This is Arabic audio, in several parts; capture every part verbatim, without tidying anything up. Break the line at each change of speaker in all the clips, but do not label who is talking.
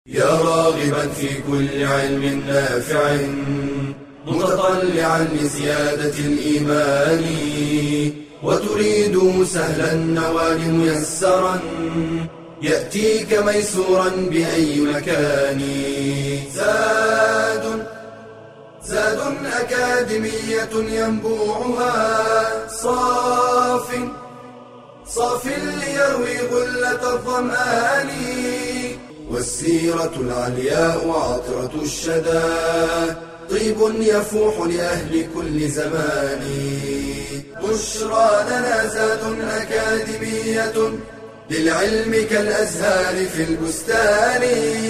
يا راغبا في كل علم نافع متطلعا لزيادة الإيمان وتريد سهلا النوال ميسرا يأتيك ميسورا بأي مكان. زاد زاد أكاديمية ينبوعها صاف صاف ليروي غلة الظمآن والسيرة العلياء وعطرة الشدى طيب يفوح لأهل كل زمان. بشرى لنا زاد أكاديمية للعلم كالأزهار في البستان.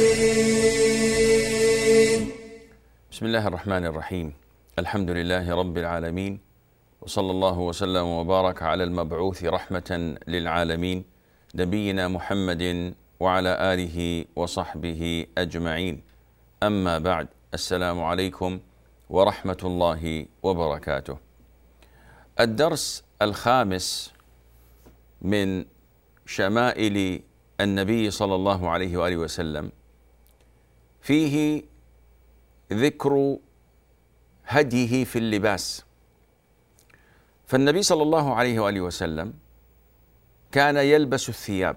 بسم الله الرحمن الرحيم. الحمد لله رب العالمين، وصلى الله وسلم وبارك على المبعوث رحمة للعالمين نبينا محمد وعلى آله وصحبه أجمعين. أما بعد، السلام عليكم ورحمة الله وبركاته. الدرس الخامس من شمائل النبي صلى الله عليه وآله وسلم فيه ذكر هديه في اللباس. فالنبي صلى الله عليه وآله وسلم كان يلبس الثياب،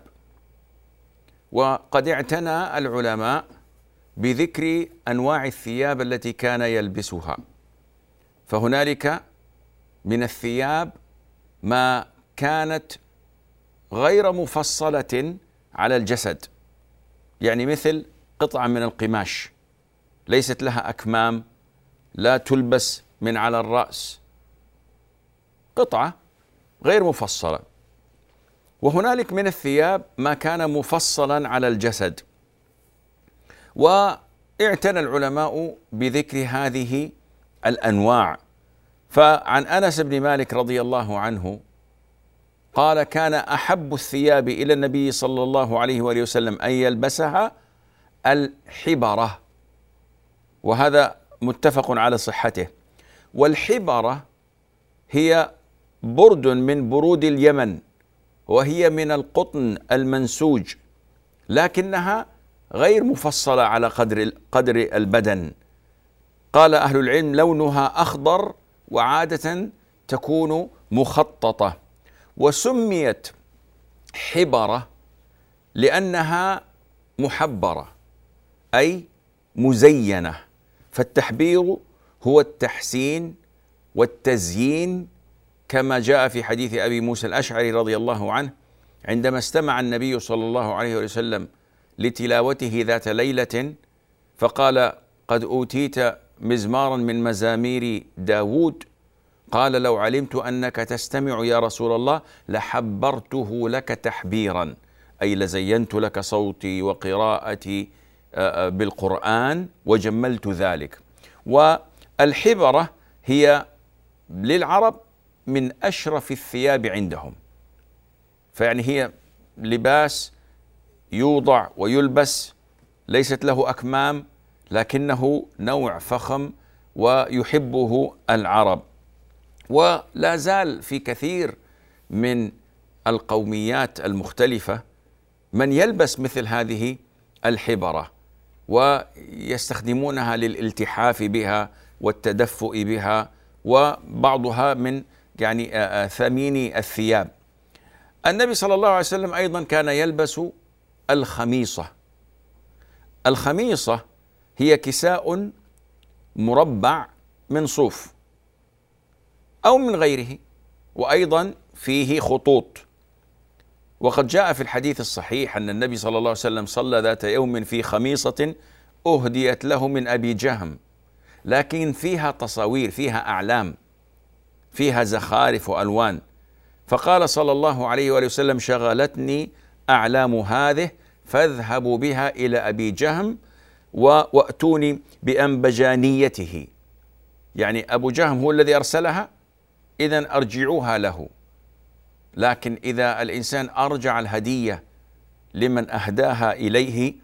وقد اعتنى العلماء بذكر أنواع الثياب التي كان يلبسها. فهنالك من الثياب ما كانت غير مفصلة على الجسد، يعني مثل قطعة من القماش ليست لها أكمام، لا تلبس من على الرأس، قطعة غير مفصلة. وهنالك من الثياب ما كان مفصلا على الجسد، واعتنى العلماء بذكر هذه الأنواع. فعن أنس بن مالك رضي الله عنه قال: كان أحب الثياب إلى النبي صلى الله عليه وآله وسلم أن يلبسها الحبرة، وهذا متفق على صحته. والحبرة هي برد من برود اليمن، وهي من القطن المنسوج، لكنها غير مفصلة على قدر قدر البدن. قال أهل العلم: لونها أخضر، وعادة تكون مخططة. وسميت حبرة لأنها محبرة، أي مزينة. فالتحبير هو التحسين والتزيين، كما جاء في حديث أبي موسى الأشعري رضي الله عنه عندما استمع النبي صلى الله عليه وسلم لتلاوته ذات ليلة فقال: قد أوتيت مزمارا من مزامير داود. قال: لو علمت أنك تستمع يا رسول الله لحبرته لك تحبيرا، أي لزينت لك صوتي وقراءتي بالقرآن وجملت ذلك. والحبرة هي للعرب من أشرف الثياب عندهم، فيعني هي لباس يوضع ويلبس، ليست له أكمام، لكنه نوع فخم ويحبه العرب. ولا زال في كثير من القوميات المختلفة من يلبس مثل هذه الحبرة، ويستخدمونها للالتحاف بها والتدفؤ بها، وبعضها من يعني ثمين الثياب. النبي صلى الله عليه وسلم أيضا كان يلبس الخميصة. الخميصة هي كساء مربع من صوف أو من غيره، وأيضا فيه خطوط. وقد جاء في الحديث الصحيح أن النبي صلى الله عليه وسلم صلى ذات يوم في خميصة أهديت له من أبي جهم، لكن فيها تصاوير، فيها أعلام، فيها زخارف وألوان. فقال صلى الله عليه وآله وسلم: شغلتني أعلام هذه فاذهبوا بها إلى أبي جهم وأتوني بأنبجانيته. يعني أبو جهم هو الذي أرسلها، إذن أرجعوها له. لكن إذا الإنسان أرجع الهدية لمن أهداها إليه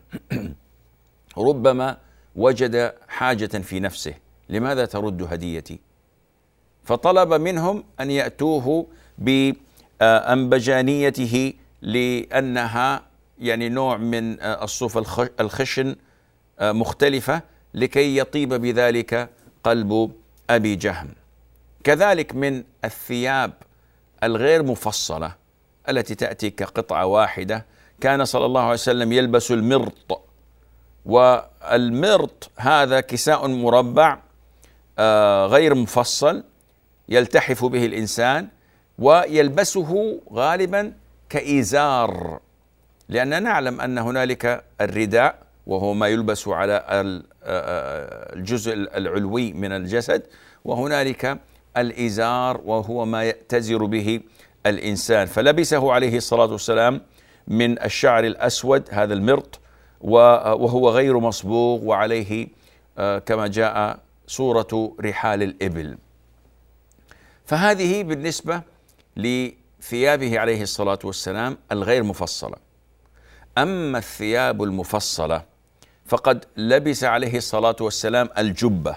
ربما وجد حاجة في نفسه: لماذا ترد هديتي؟ فطلب منهم أن يأتوه بأنبجانيته لأنها يعني نوع من الصوف الخشن مختلفة لكي يطيب بذلك قلب أبي جهم. كذلك من الثياب الغير مفصلة التي تأتي كقطعة واحدة، كان صلى الله عليه وسلم يلبس المرط، والمرط هذا كساء مربع غير مفصل يلتحف به الإنسان، ويلبسه غالبا كإزار، لأننا نعلم أن هنالك الرداء وهو ما يلبس على الجزء العلوي من الجسد، وهنالك الإزار وهو ما يأتزر به الإنسان، فلبسه عليه الصلاة والسلام من الشعر الأسود هذا المرط، وهو غير مصبوغ، وعليه كما جاء صورة رحال الإبل. فهذه بالنسبة لثيابه عليه الصلاة والسلام الغير مفصلة. أما الثياب المفصلة فقد لبس عليه الصلاة والسلام الجبة.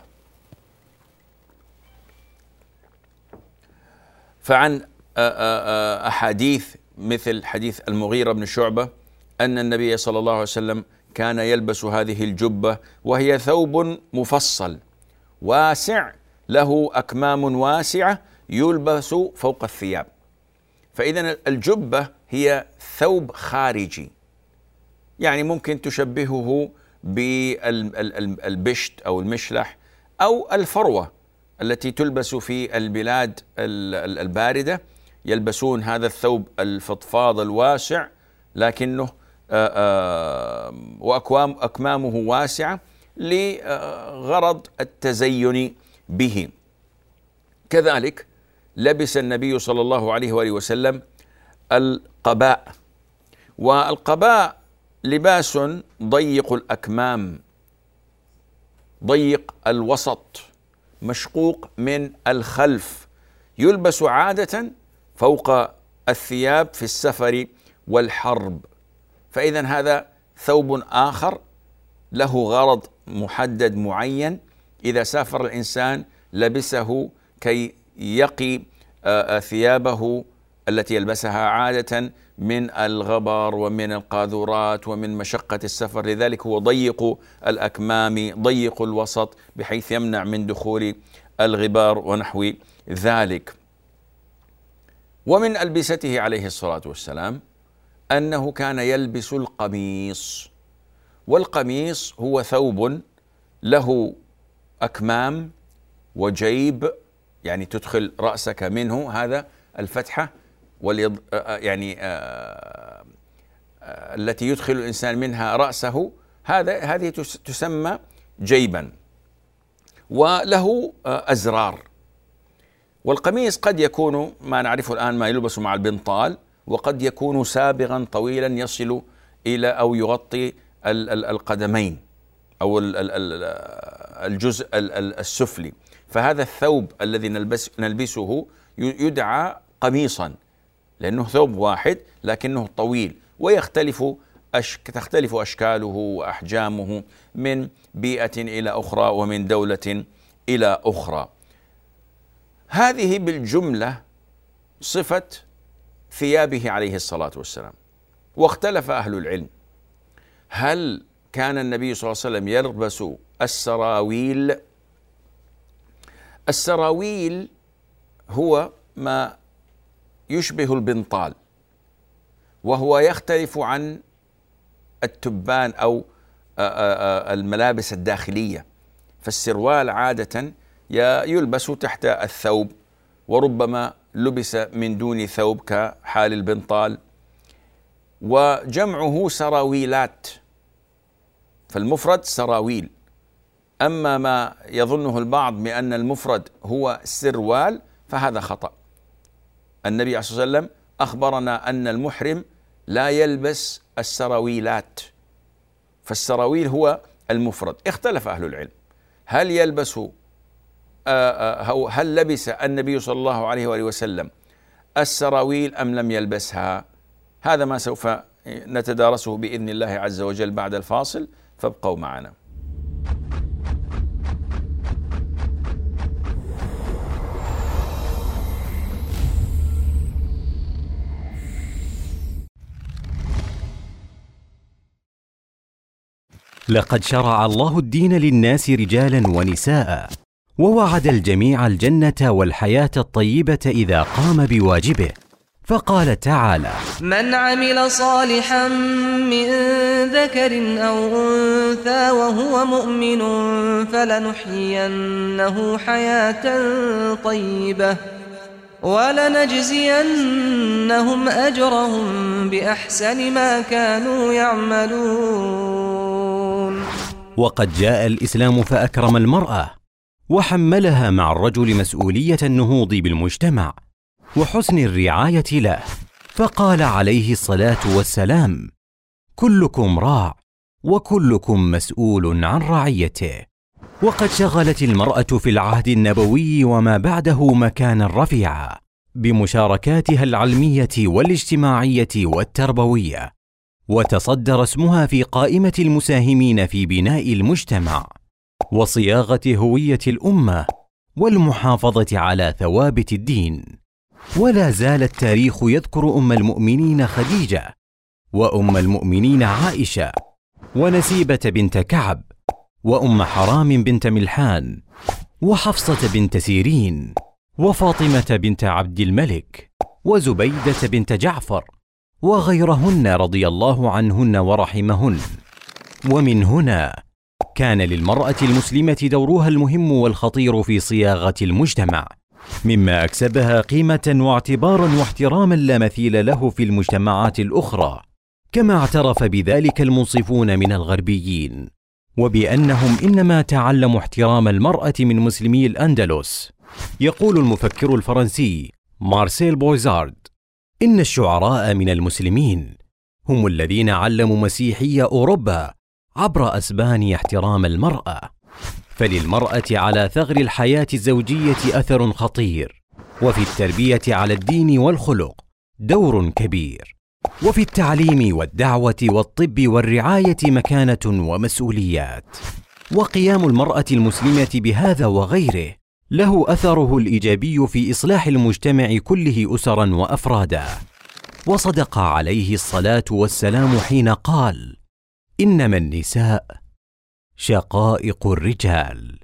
فعن أحاديث مثل حديث المغيرة بن شعبة أن النبي صلى الله عليه وسلم كان يلبس هذه الجبة، وهي ثوب مفصل واسع له أكمام واسعة يلبس فوق الثياب. فإذا الجبة هي ثوب خارجي، يعني ممكن تشبهه بالبشت أو المشلح أو الفروة التي تلبس في البلاد الباردة، يلبسون هذا الثوب الفضفاض الواسع لكنه وأكوام أكمامه واسعة لغرض التزين به. كذلك لبس النبي صلى الله عليه وآله وسلم القباء، والقباء لباس ضيق الأكمام ضيق الوسط مشقوق من الخلف، يلبس عادة فوق الثياب في السفر والحرب. فإذا هذا ثوب آخر له غرض محدد معين، إذا سافر الإنسان لبسه كي يقي ثيابه التي يلبسها عادة من الغبر ومن القاذورات ومن مشقة السفر، لذلك هو ضيق الأكمام ضيق الوسط بحيث يمنع من دخول الغبار ونحو ذلك. ومن ألبسته عليه الصلاة والسلام أنه كان يلبس القميص، والقميص هو ثوب له أكمام وجيب، يعني تدخل رأسك منه، هذا الفتحة واليض... يعني آه... آه... التي يدخل الإنسان منها رأسه، هذا هذه تسمى جيبا، وله آه أزرار. والقميص قد يكون ما نعرفه الآن ما يلبس مع البنطال، وقد يكون سابغا طويلا يصل إلى أو يغطي القدمين أو الجزء السفلي. فهذا الثوب الذي نلبس نلبسه يدعى قميصا، لأنه ثوب واحد لكنه طويل، ويختلف أش... تختلف أشكاله وأحجامه من بيئة إلى أخرى ومن دولة إلى أخرى. هذه بالجملة صفة ثيابه عليه الصلاة والسلام. واختلف أهل العلم، هل كان النبي صلى الله عليه وسلم يلبس السراويل؟ السراويل هو ما يشبه البنطال، وهو يختلف عن التبان أو الملابس الداخلية. فالسروال عادة يلبس تحت الثوب، وربما لبس من دون ثوب كحال البنطال، وجمعه سراويلات، فالمفرد سراويل. أما ما يظنه البعض بأن المفرد هو سروال فهذا خطأ. النبي عليه الصلاة والسلام أخبرنا أن المحرم لا يلبس السراويلات، فالسراويل هو المفرد. اختلف أهل العلم، هل يلبس هل لبس النبي صلى الله عليه وآله وسلم السراويل أم لم يلبسها؟ هذا ما سوف نتدارسه بإذن الله عز وجل بعد الفاصل، فابقوا معنا.
لقد شرع الله الدين للناس رجالا ونساء، ووعد الجميع الجنة والحياة الطيبة إذا قام بواجبه، فقال تعالى:
من عمل صالحا من ذكر أو أنثى وهو مؤمن فلنحيينه حياة طيبة ولنجزينهم أجرهم بأحسن ما كانوا يعملون.
وقد جاء الإسلام فأكرم المرأة، وحملها مع الرجل مسؤولية النهوض بالمجتمع وحسن الرعاية له، فقال عليه الصلاة والسلام: كلكم راع وكلكم مسؤول عن رعيته. وقد شغلت المرأة في العهد النبوي وما بعده مكانا رفيعا بمشاركاتها العلمية والاجتماعية والتربوية، وتصدر اسمها في قائمة المساهمين في بناء المجتمع وصياغة هوية الأمة والمحافظة على ثوابت الدين. ولا زال التاريخ يذكر أم المؤمنين خديجة، وأم المؤمنين عائشة، ونسيبة بنت كعب، وأم حرام بنت ملحان، وحفصة بنت سيرين، وفاطمة بنت عبد الملك، وزبيدة بنت جعفر، وغيرهن رضي الله عنهن ورحمهن. ومن هنا كان للمرأة المسلمة دورها المهم والخطير في صياغة المجتمع، مما أكسبها قيمة واعتبارا واحتراما لا مثيل له في المجتمعات الأخرى، كما اعترف بذلك المنصفون من الغربيين، وبأنهم إنما تعلموا احترام المرأة من مسلمي الأندلس. يقول المفكر الفرنسي مارسيل بويزارد: إن الشعراء من المسلمين هم الذين علموا مسيحي أوروبا عبر أسبانيا احترام المرأة. فللمرأة على ثغر الحياة الزوجية أثر خطير، وفي التربية على الدين والخلق دور كبير، وفي التعليم والدعوة والطب والرعاية مكانة ومسؤوليات. وقيام المرأة المسلمة بهذا وغيره له أثره الإيجابي في إصلاح المجتمع كله أسرا وأفرادا. وصدق عليه الصلاة والسلام حين قال: إنما النساء شقائق الرجال.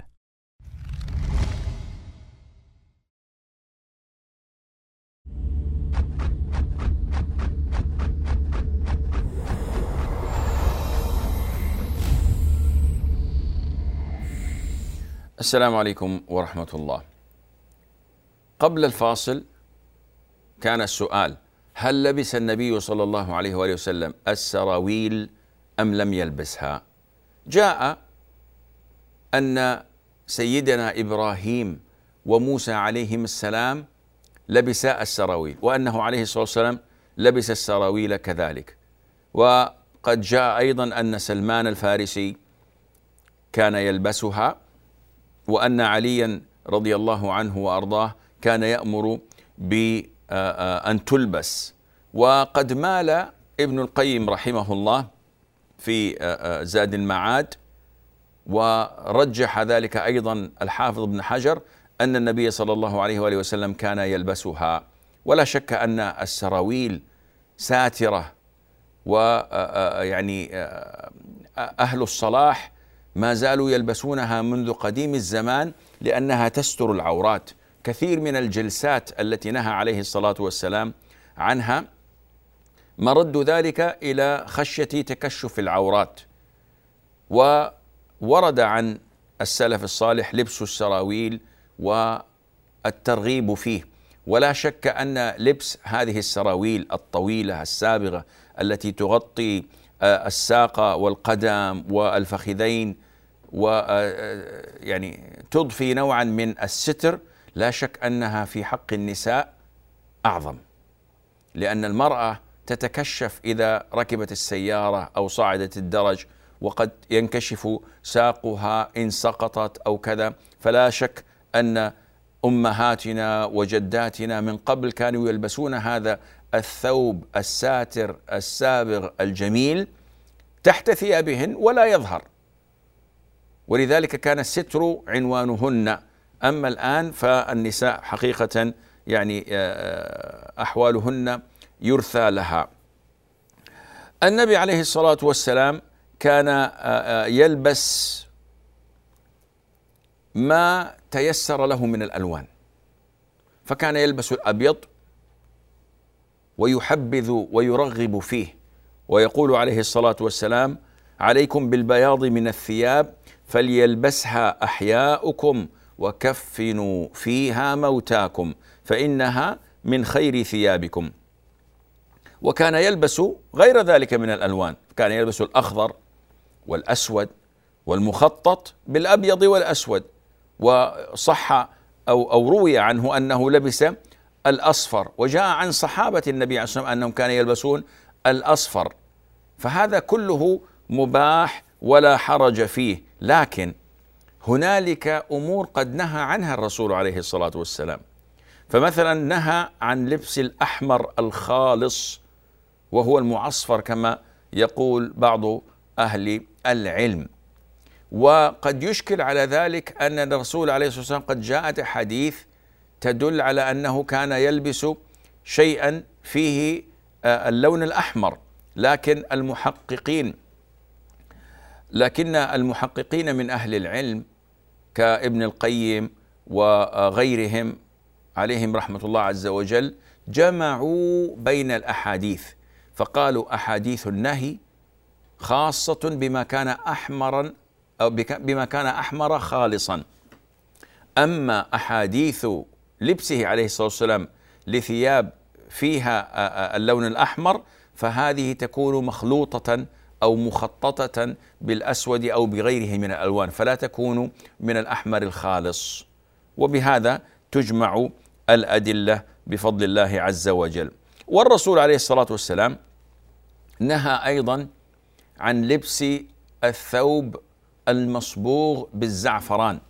السلام عليكم ورحمة الله. قبل الفاصل كان السؤال: هل لبس النبي صلى الله عليه وآله وسلم السراويل أم لم يلبسها؟ جاء أن سيدنا إبراهيم وموسى عليهم السلام لبسا السراويل، وأنه عليه الصلاة والسلام لبس السراويل كذلك. وقد جاء أيضا أن سلمان الفارسي كان يلبسها، وأن عليا رضي الله عنه وأرضاه كان يأمر بأن تلبس. وقد مال ابن القيم رحمه الله في زاد المعاد، ورجح ذلك أيضا الحافظ ابن حجر، أن النبي صلى الله عليه وآله وسلم كان يلبسها. ولا شك أن السراويل ساترة، ويعني أهل الصلاح ما زالوا يلبسونها منذ قديم الزمان لأنها تستر العورات. كثير من الجلسات التي نهى عليه الصلاة والسلام عنها مرد ذلك إلى خشية تكشف العورات. وورد عن السلف الصالح لبس السراويل والترغيب فيه. ولا شك أن لبس هذه السراويل الطويلة السابغة التي تغطي الساق والقدم والفخذين ويعني تضفي نوعا من الستر، لا شك أنها في حق النساء أعظم، لأن المرأة تتكشف إذا ركبت السيارة أو صعدت الدرج، وقد ينكشف ساقها إن سقطت أو كذا. فلا شك أن أمهاتنا وجداتنا من قبل كانوا يلبسون هذا الثوب الساتر السابغ الجميل تحت ثيابهن ولا يظهر، ولذلك كان الستر عنوانهن. أما الآن فالنساء حقيقة يعني أحوالهن يرثى لها. النبي عليه الصلاة والسلام كان يلبس ما تيسر له من الألوان، فكان يلبس الأبيض ويحبذ ويرغب فيه، ويقول عليه الصلاة والسلام: عليكم بالبياض من الثياب فليلبسها أحياؤكم وكفنوا فيها موتاكم فإنها من خير ثيابكم. وكان يلبس غير ذلك من الألوان، كان يلبس الأخضر والأسود والمخطط بالأبيض والأسود، وصح أو, أو روي عنه أنه لبس الأصفر، وجاء عن صحابة النبي عليه الصلاة والسلام أنهم كانوا يلبسون الأصفر، فهذا كله مباح ولا حرج فيه. لكن هنالك أمور قد نهى عنها الرسول عليه الصلاة والسلام، فمثلا نهى عن لبس الأحمر الخالص وهو المعصفر كما يقول بعض أهل العلم. وقد يشكل على ذلك أن الرسول عليه الصلاة والسلام قد جاءت حديث تدل على أنه كان يلبس شيئا فيه اللون الأحمر، لكن المحققين لكن المحققين من أهل العلم كابن القيم وغيرهم عليهم رحمة الله عز وجل جمعوا بين الأحاديث، فقالوا أحاديث النهي خاصة بما كان أحمرا أو بما كان أحمر خالصا، أما أحاديث لبسه عليه الصلاة والسلام لثياب فيها اللون الأحمر فهذه تكون مخلوطة أو مخططة بالأسود أو بغيره من الألوان، فلا تكون من الأحمر الخالص. وبهذا تجمع الأدلة بفضل الله عز وجل. والرسول عليه الصلاة والسلام نهى أيضا عن لبس الثوب المصبوغ بالزعفران،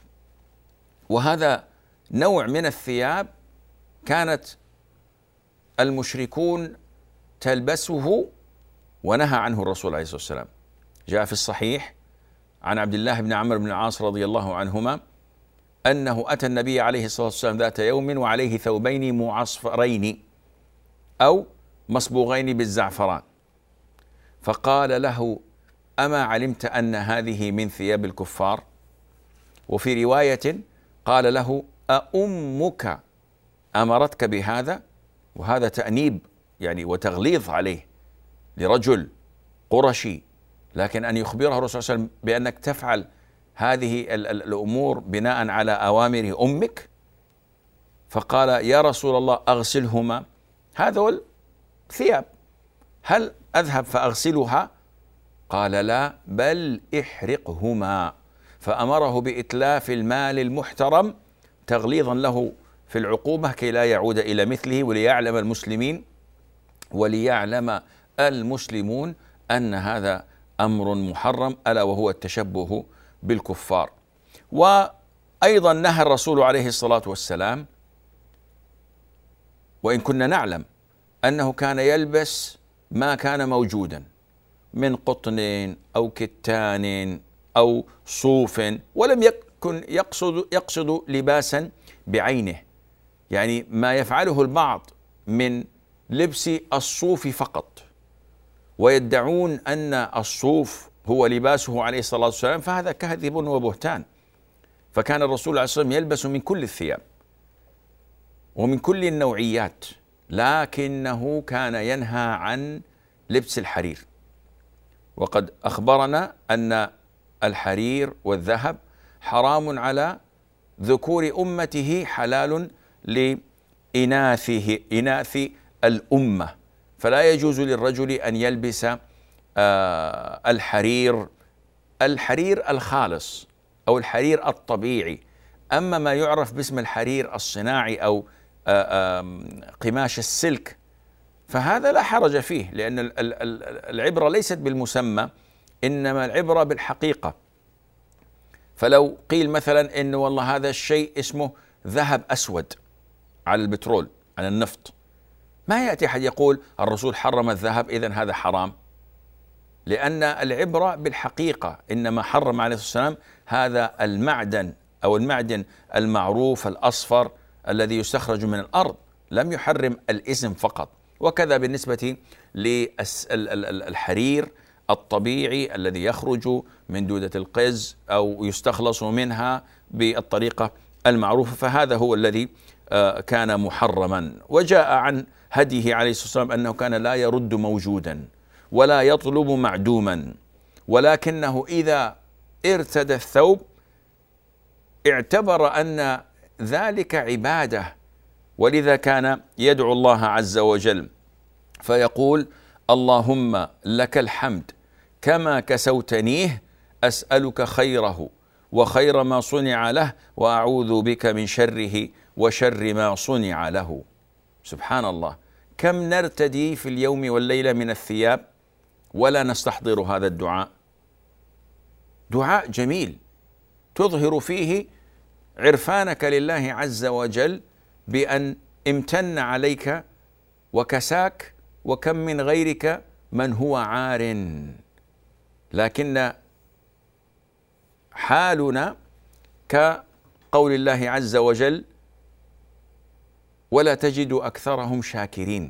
وهذا نوع من الثياب كانت المشركون تلبسه ونهى عنه الرسول عليه الصلاة والسلام. جاء في الصحيح عن عبد الله بن عمرو بن العاص رضي الله عنهما أنه أتى النبي عليه الصلاة والسلام ذات يوم وعليه ثوبين معصفرين أو مصبوغين بالزعفران، فقال له: أما علمت أن هذه من ثياب الكفار؟ وفي رواية قال له: أأمك أمرتك بهذا؟ وهذا تأنيب يعني وتغليظ عليه لرجل قرشي، لكن أن يخبره الرسول صلى الله عليه وسلم بأنك تفعل هذه الأمور بناء على أوامر أمك؟ فقال: يا رسول الله أغسلهما، هذا هو الثياب، هل أذهب فأغسلها؟ قال: لا، بل احرقهما، فأمره بإتلاف المال المحترم تغليظا له في العقوبة كي لا يعود إلى مثله، وليعلم المسلمين وليعلم المسلمون أن هذا أمر محرم، ألا وهو التشبه بالكفار. وأيضا نهى الرسول عليه الصلاة والسلام، وإن كنا نعلم أنه كان يلبس ما كان موجودا من قطن أو كتان أو صوف، ولم يكن يقصد يقصد لباسا بعينه، يعني ما يفعله البعض من لبس الصوف فقط، ويدعون أن الصوف هو لباسه عليه الصلاة والسلام، فهذا كذب وبهتان. فكان الرسول عليه الصلاة والسلام يلبس من كل الثياب ومن كل النوعيات، لكنه كان ينهى عن لبس الحرير، وقد أخبرنا أن الحرير والذهب حرام على ذكور أمته حلال لإناثه إناث الأمة، فلا يجوز للرجل أن يلبس آه الحرير الحرير الخالص أو الحرير الطبيعي. أما ما يعرف باسم الحرير الصناعي أو آه آه قماش السلك فهذا لا حرج فيه، لأن العبرة ليست بالمسمى إنما العبرة بالحقيقة. فلو قيل مثلا إنه والله هذا الشيء اسمه ذهب أسود على البترول على النفط، ما يأتي أحد يقول الرسول حرم الذهب إذن هذا حرام، لأن العبرة بالحقيقة، إنما حرم عليه الصلاة والسلام هذا المعدن أو المعدن المعروف الأصفر الذي يستخرج من الأرض، لم يحرم الاسم فقط. وكذا بالنسبة للحرير الطبيعي الذي يخرج من دودة القز أو يستخلص منها بالطريقة المعروفة، فهذا هو الذي كان محرما. وجاء عن هديه عليه الصلاة والسلام أنه كان لا يرد موجودا ولا يطلب معدوما، ولكنه إذا ارتدى الثوب اعتبر أن ذلك عبادة، ولذا كان يدعو الله عز وجل فيقول: اللهم لك الحمد كما كسوتنيه، أسألك خيره وخير ما صنع له، وأعوذ بك من شره وشر ما صنع له. سبحان الله، كم نرتدي في اليوم والليلة من الثياب ولا نستحضر هذا الدعاء؟ دعاء جميل تظهر فيه عرفانك لله عز وجل بأن امتن عليك وكساك، وكم من غيرك من هو عار. لكن حالنا كقول الله عز وجل: ولا تجد أكثرهم شاكرين.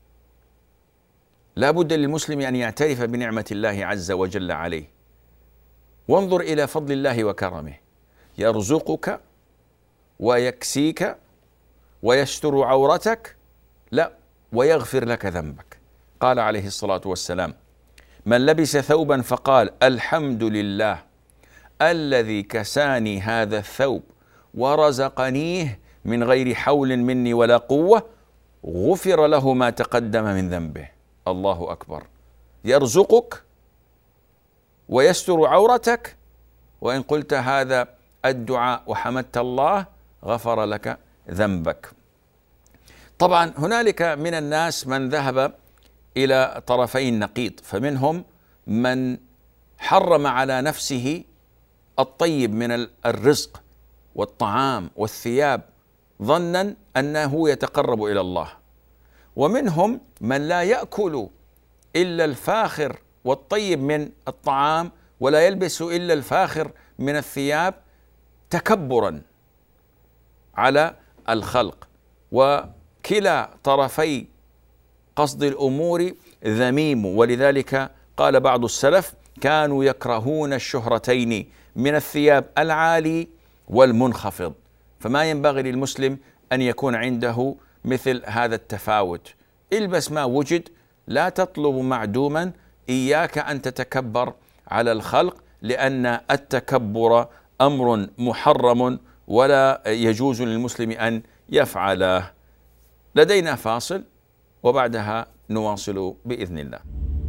لا بد للمسلم أن يعترف بنعمة الله عز وجل عليه، وانظر إلى فضل الله وكرمه، يرزقك ويكسيك ويستر عورتك، لا ويغفر لك ذنبك. قال عليه الصلاة والسلام: من لبس ثوبا فقال الحمد لله الذي كساني هذا الثوب ورزقنيه من غير حول مني ولا قوة، غفر له ما تقدم من ذنبه. الله أكبر، يرزقك ويستر عورتك، وإن قلت هذا الدعاء وحمدت الله غفر لك ذنبك. طبعا هنالك من الناس من ذهب إلى طرفي النقيض، فمنهم من حرم على نفسه الطيب من الرزق والطعام والثياب ظنا أنه يتقرب إلى الله، ومنهم من لا يأكل إلا الفاخر والطيب من الطعام ولا يلبس إلا الفاخر من الثياب تكبرا على الخلق. وكلا طرفي قصد الأمور ذميم، ولذلك قال بعض السلف: كانوا يكرهون الشهرتين من الثياب العالي والمنخفض. فما ينبغي للمسلم أن يكون عنده مثل هذا التفاوت. البس ما وجد، لا تطلب معدوما، إياك أن تتكبر على الخلق، لأن التكبر أمر محرم ولا يجوز للمسلم أن يفعله. لدينا فاصل وبعدها نواصل بإذن الله.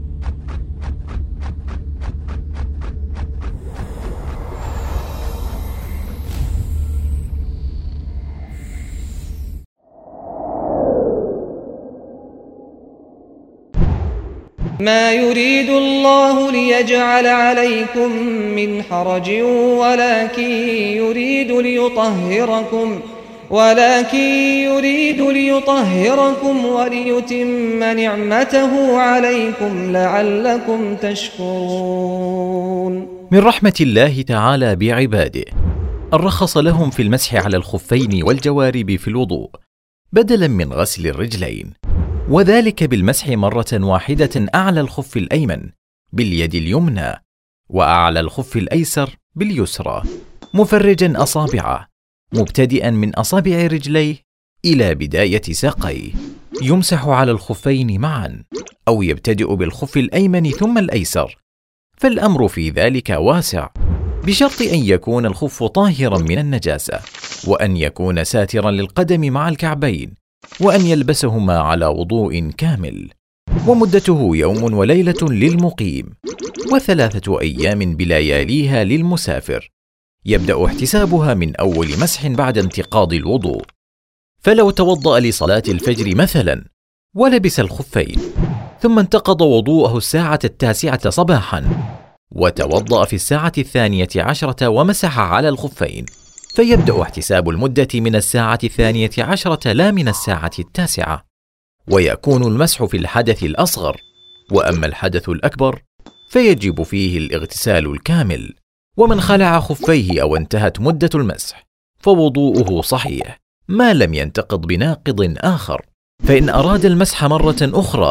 ما يريد الله ليجعل عليكم من حرج ولكن يريد ليطهركم ولكن يريد ليطهركم وليتم نعمته عليكم لعلكم تشكرون.
من رحمة الله تعالى بعباده أن رخص لهم في المسح على الخفين والجوارب في الوضوء بدلا من غسل الرجلين، وذلك بالمسح مرة واحدة أعلى الخف الأيمن باليد اليمنى وأعلى الخف الأيسر باليسرى، مفرجا أصابعه مبتدئا من أصابع رجليه إلى بداية ساقيه. يمسح على الخفين معا أو يبتدئ بالخف الأيمن ثم الأيسر، فالأمر في ذلك واسع، بشرط أن يكون الخف طاهرا من النجاسة، وأن يكون ساترا للقدم مع الكعبين، وأن يلبسهما على وضوء كامل. ومدته يوم وليلة للمقيم، وثلاثة أيام بلياليها للمسافر، يبدأ احتسابها من أول مسح بعد انتقاض الوضوء. فلو توضأ لصلاة الفجر مثلا ولبس الخفين ثم انتقض وضوءه الساعة التاسعة صباحا وتوضأ في الساعة الثانية عشرة ومسح على الخفين، فيبدأ احتساب المدة من الساعة الثانية عشرة لا من الساعة التاسعة، ويكون المسح في الحدث الأصغر. وأما الحدث الأكبر فيجب فيه الاغتسال الكامل. ومن خلع خفيه أو انتهت مدة المسح فوضوءه صحيح ما لم ينتقض بناقض آخر. فإن أراد المسح مرة أخرى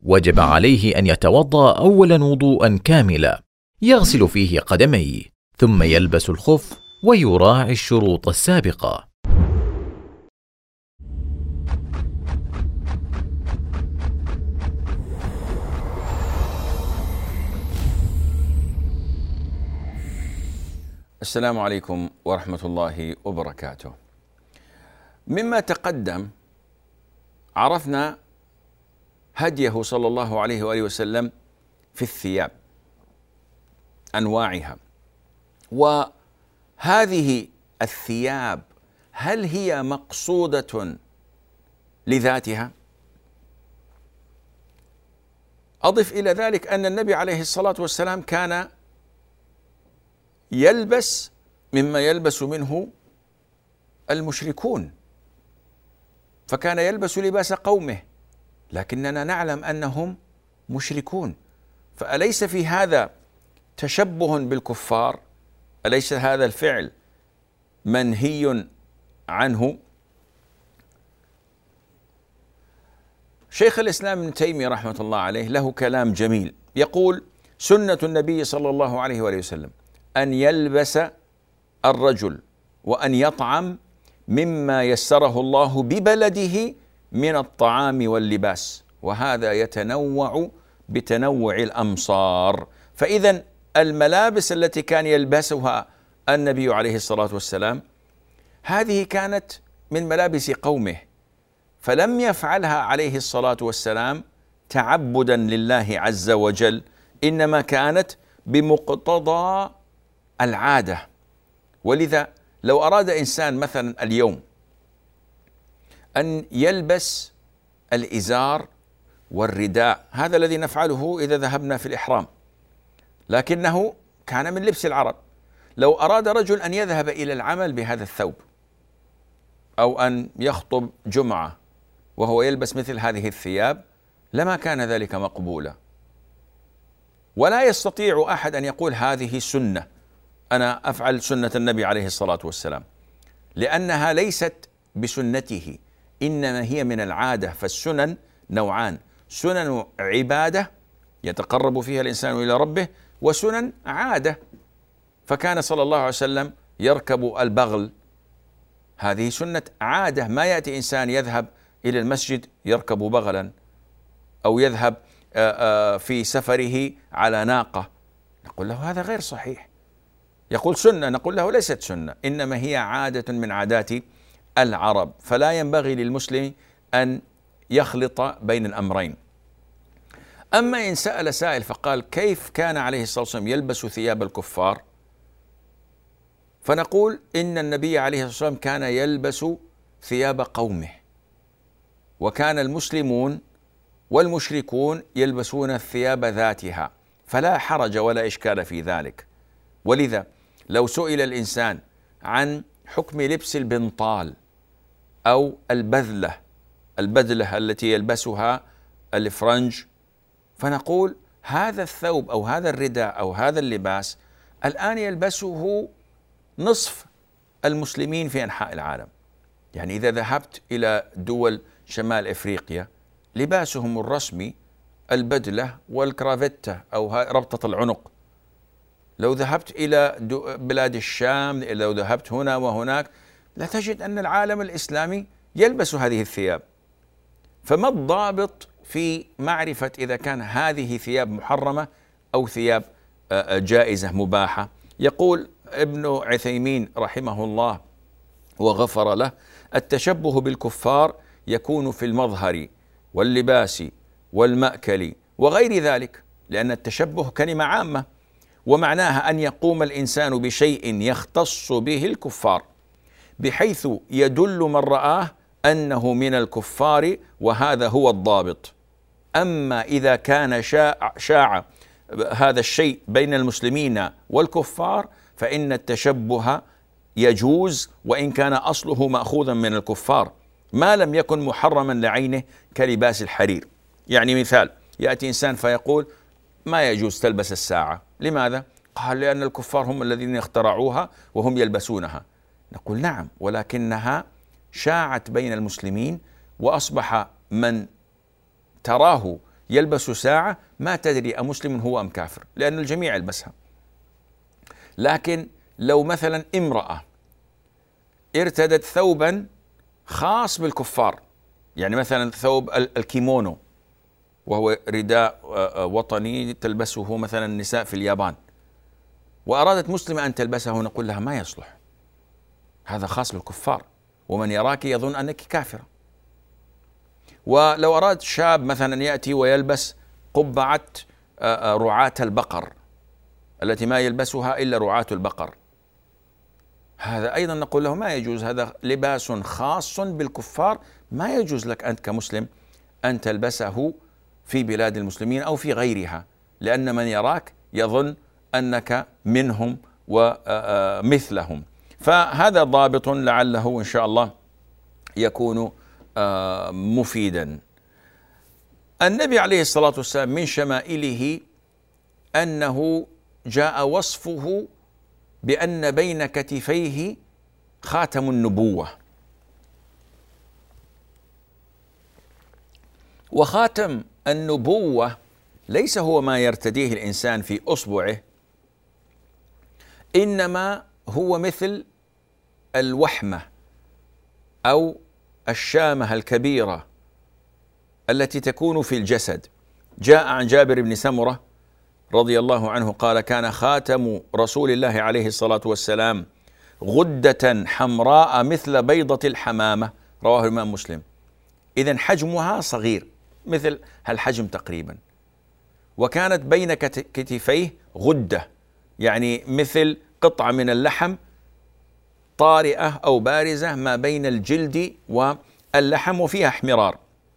وجب عليه أن يتوضأ أولا وضوءا كاملا يغسل فيه قدميه، ثم يلبس الخف ويراعي الشروط السابقة.
السلام عليكم ورحمة الله وبركاته. مما تقدم عرفنا هديه صلى الله عليه وآله وسلم في الثياب أنواعها، وهذه الثياب هل هي مقصودة لذاتها؟ أضف إلى ذلك أن النبي عليه الصلاة والسلام كان يلبس مما يلبس منه المشركون، فكان يلبس لباس قومه، لكننا نعلم أنهم مشركون، فأليس في هذا تشبه بالكفار؟ أليس هذا الفعل منهي عنه؟ شيخ الإسلام ابن تيمية رحمة الله عليه له كلام جميل، يقول: سنة النبي صلى الله عليه وآله وسلم أن يلبس الرجل وأن يطعم مما يسره الله ببلده من الطعام واللباس، وهذا يتنوع بتنوع الأمصار. فإذا الملابس التي كان يلبسها النبي عليه الصلاة والسلام هذه كانت من ملابس قومه، فلم يفعلها عليه الصلاة والسلام تعبدا لله عز وجل، إنما كانت بمقتضى العادة. ولذا لو أراد إنسان مثلا اليوم أن يلبس الإزار والرداء، هذا الذي نفعله إذا ذهبنا في الإحرام، لكنه كان من لبس العرب. لو أراد رجل أن يذهب إلى العمل بهذا الثوب، أو أن يخطب جمعة وهو يلبس مثل هذه الثياب، لما كان ذلك مقبولا. ولا يستطيع أحد أن يقول هذه سنة، أنا أفعل سنة النبي عليه الصلاة والسلام، لأنها ليست بسنته، إنما هي من العادة. فالسنن نوعان: سنن عبادة يتقرب فيها الإنسان إلى ربه، وسنن عادة. فكان صلى الله عليه وسلم يركب البغل، هذه سنة عادة، ما يأتي إنسان يذهب إلى المسجد يركب بغلا، أو يذهب في سفره على ناقة، نقول له هذا غير صحيح. يقول سنة، نقول له ليست سنة، إنما هي عادة من عادات العرب. فلا ينبغي للمسلم أن يخلط بين الأمرين. أما إن سأل سائل فقال: كيف كان عليه الصلاة والسلام يلبس ثياب الكفار؟ فنقول إن النبي عليه الصلاة والسلام كان يلبس ثياب قومه، وكان المسلمون والمشركون يلبسون الثياب ذاتها، فلا حرج ولا إشكال في ذلك. ولذا لو سئل الإنسان عن حكم لبس البنطال أو البذلة، البذلة التي يلبسها الفرنج، فنقول هذا الثوب أو هذا الرداء أو هذا اللباس الآن يلبسه نصف المسلمين في أنحاء العالم. يعني إذا ذهبت إلى دول شمال إفريقيا لباسهم الرسمي البدلة والكرافتة أو ربطة العنق. لو ذهبت إلى بلاد الشام، لو ذهبت هنا وهناك، لا تجد أن العالم الإسلامي يلبس هذه الثياب. فما الضابط في معرفة إذا كان هذه ثياب محرمة أو ثياب جائزة مباحة؟ يقول ابن عثيمين رحمه الله وغفر له: التشبه بالكفار يكون في المظهر واللباس والمأكل وغير ذلك، لأن التشبه كلمة عامة، ومعناها أن يقوم الإنسان بشيء يختص به الكفار، بحيث يدل من رآه أنه من الكفار، وهذا هو الضابط. أما إذا كان شاع, شاع هذا الشيء بين المسلمين والكفار فإن التشبه يجوز، وإن كان أصله مأخوذا من الكفار، ما لم يكن محرما لعينه كلباس الحرير. يعني مثال: يأتي إنسان فيقول: ما يجوز تلبس الساعة، لماذا؟ قال: لأن الكفار هم الذين اخترعوها وهم يلبسونها. نقول: نعم، ولكنها شاعت بين المسلمين، وأصبح من تراه يلبس ساعة ما تدري أمسلم هو أم كافر، لأن الجميع يلبسها. لكن لو مثلا امرأة ارتدت ثوبا خاص بالكفار، يعني مثلا ثوب الكيمونو وهو رداء وطني تلبسه مثلا النساء في اليابان، وأرادت مسلمة أن تلبسه، نقول لها ما يصلح، هذا خاص بالكفار، ومن يراك يظن أنك كافرة. ولو أراد شاب مثلا يأتي ويلبس قبعة رعاة البقر التي ما يلبسها إلا رعاة البقر، هذا أيضا نقول له ما يجوز، هذا لباس خاص بالكفار، ما يجوز لك أنت كمسلم أن تلبسه في بلاد المسلمين أو في غيرها، لأن من يراك يظن أنك منهم ومثلهم. فهذا ضابط لعله إن شاء الله يكون مفيدا. النبي عليه الصلاة والسلام من شمائله أنه جاء وصفه بأن بين كتفيه خاتم النبوة، وخاتم النبوة ليس هو ما يرتديه الإنسان في أصبعه، إنما هو مثل الوحمة أو الشامة الكبيرة التي تكون في الجسد. جاء عن جابر بن سمرة رضي الله عنه قال: كان خاتم رسول الله عليه الصلاة والسلام غدة حمراء مثل بيضة الحمامة، رواه الإمام مسلم. إذن حجمها صغير مثل هالحجم تقريبا، وكانت بين كتفيه غدة، يعني مثل قطعة من اللحم طارئة أو بارزة ما بين الجلد واللحم وفيها احمرار.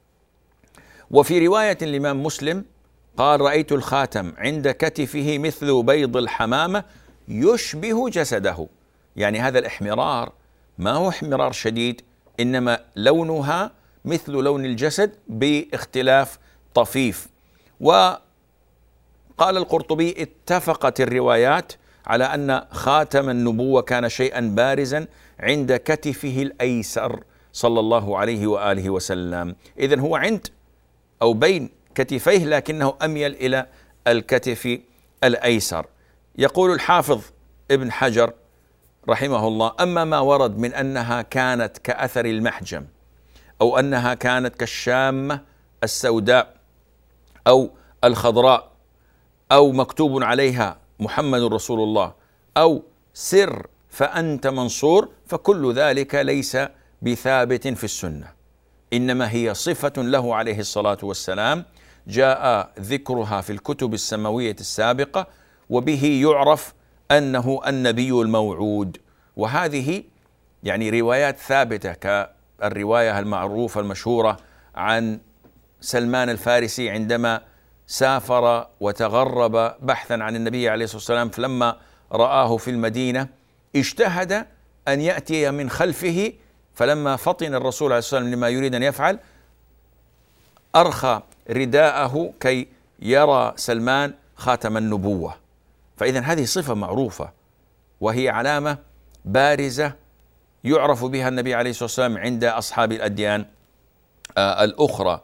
وفي رواية الإمام مسلم قال: رأيت الخاتم عند كتفه مثل بيض الحمامة يشبه جسده، يعني هذا الاحمرار ما هو احمرار شديد، إنما لونها مثل لون الجسد باختلاف طفيف. وقال القرطبي: اتفقت الروايات على أن خاتم النبوة كان شيئا بارزا عند كتفه الأيسر صلى الله عليه وآله وسلم. إذن هو عند أو بين كتفيه، لكنه أميل إلى الكتف الأيسر. يقول الحافظ ابن حجر رحمه الله: أما ما ورد من أنها كانت كأثر المحجم، أو أنها كانت كالشامة السوداء أو الخضراء، أو مكتوب عليها محمد رسول الله، أو سر فأنت منصور، فكل ذلك ليس بثابت في السنة، إنما هي صفة له عليه الصلاة والسلام جاء ذكرها في الكتب السماوية السابقة، وبه يعرف أنه النبي الموعود. وهذه يعني روايات ثابتة، كالرواية المعروفة المشهورة عن سلمان الفارسي عندما سافر وتغرب بحثا عن النبي عليه الصلاة والسلام، فلما رآه في المدينة اجتهد أن يأتي من خلفه، فلما فطن الرسول عليه الصلاة والسلام لما يريد أن يفعل أرخى رداءه كي يرى سلمان خاتم النبوة. فإذا هذه صفة معروفة، وهي علامة بارزة يعرف بها النبي عليه الصلاة والسلام عند أصحاب الأديان آه الأخرى.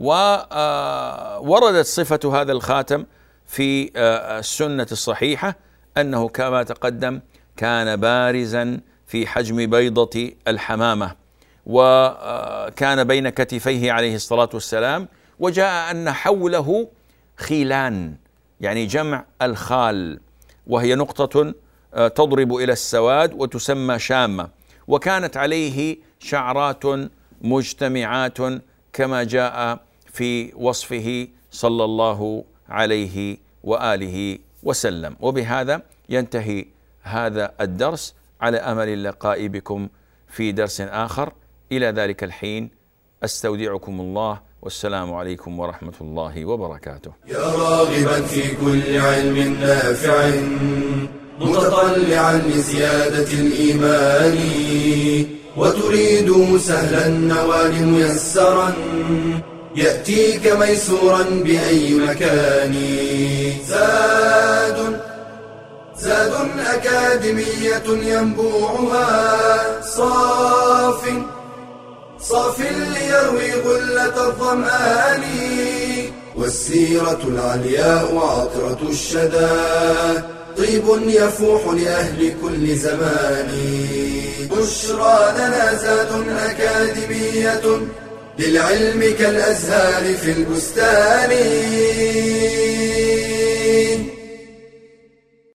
ووردت صفة هذا الخاتم في آه السنة الصحيحة أنه كما تقدم كان بارزا في حجم بيضة الحمامة، وكان بين كتفيه عليه الصلاة والسلام. وجاء أن حوله خيلان، يعني جمع الخال، وهي نقطة تضرب إلى السواد وتسمى شامة، وكانت عليه شعرات مجتمعات كما جاء في وصفه صلى الله عليه وآله وسلم. وبهذا ينتهي هذا الدرس، على أمل اللقاء بكم في درس آخر. إلى ذلك الحين أستودعكم الله، والسلام عليكم ورحمة الله وبركاته.
يا راغبا في كل علم نافع متطلعا لزيادة الإيمان، وتريد سهلا النوال ميسرا يأتيك ميسورا بأي مكان. زاد زاد أكاديمية ينبوعها صاف صاف ليروي غلة الظمآن، والسيرة العلياء عطرة الشدى طيب يفوح لأهل كل زمان. بشرى لنا زاد أكاديمية للعلم كالأزهار في البستان.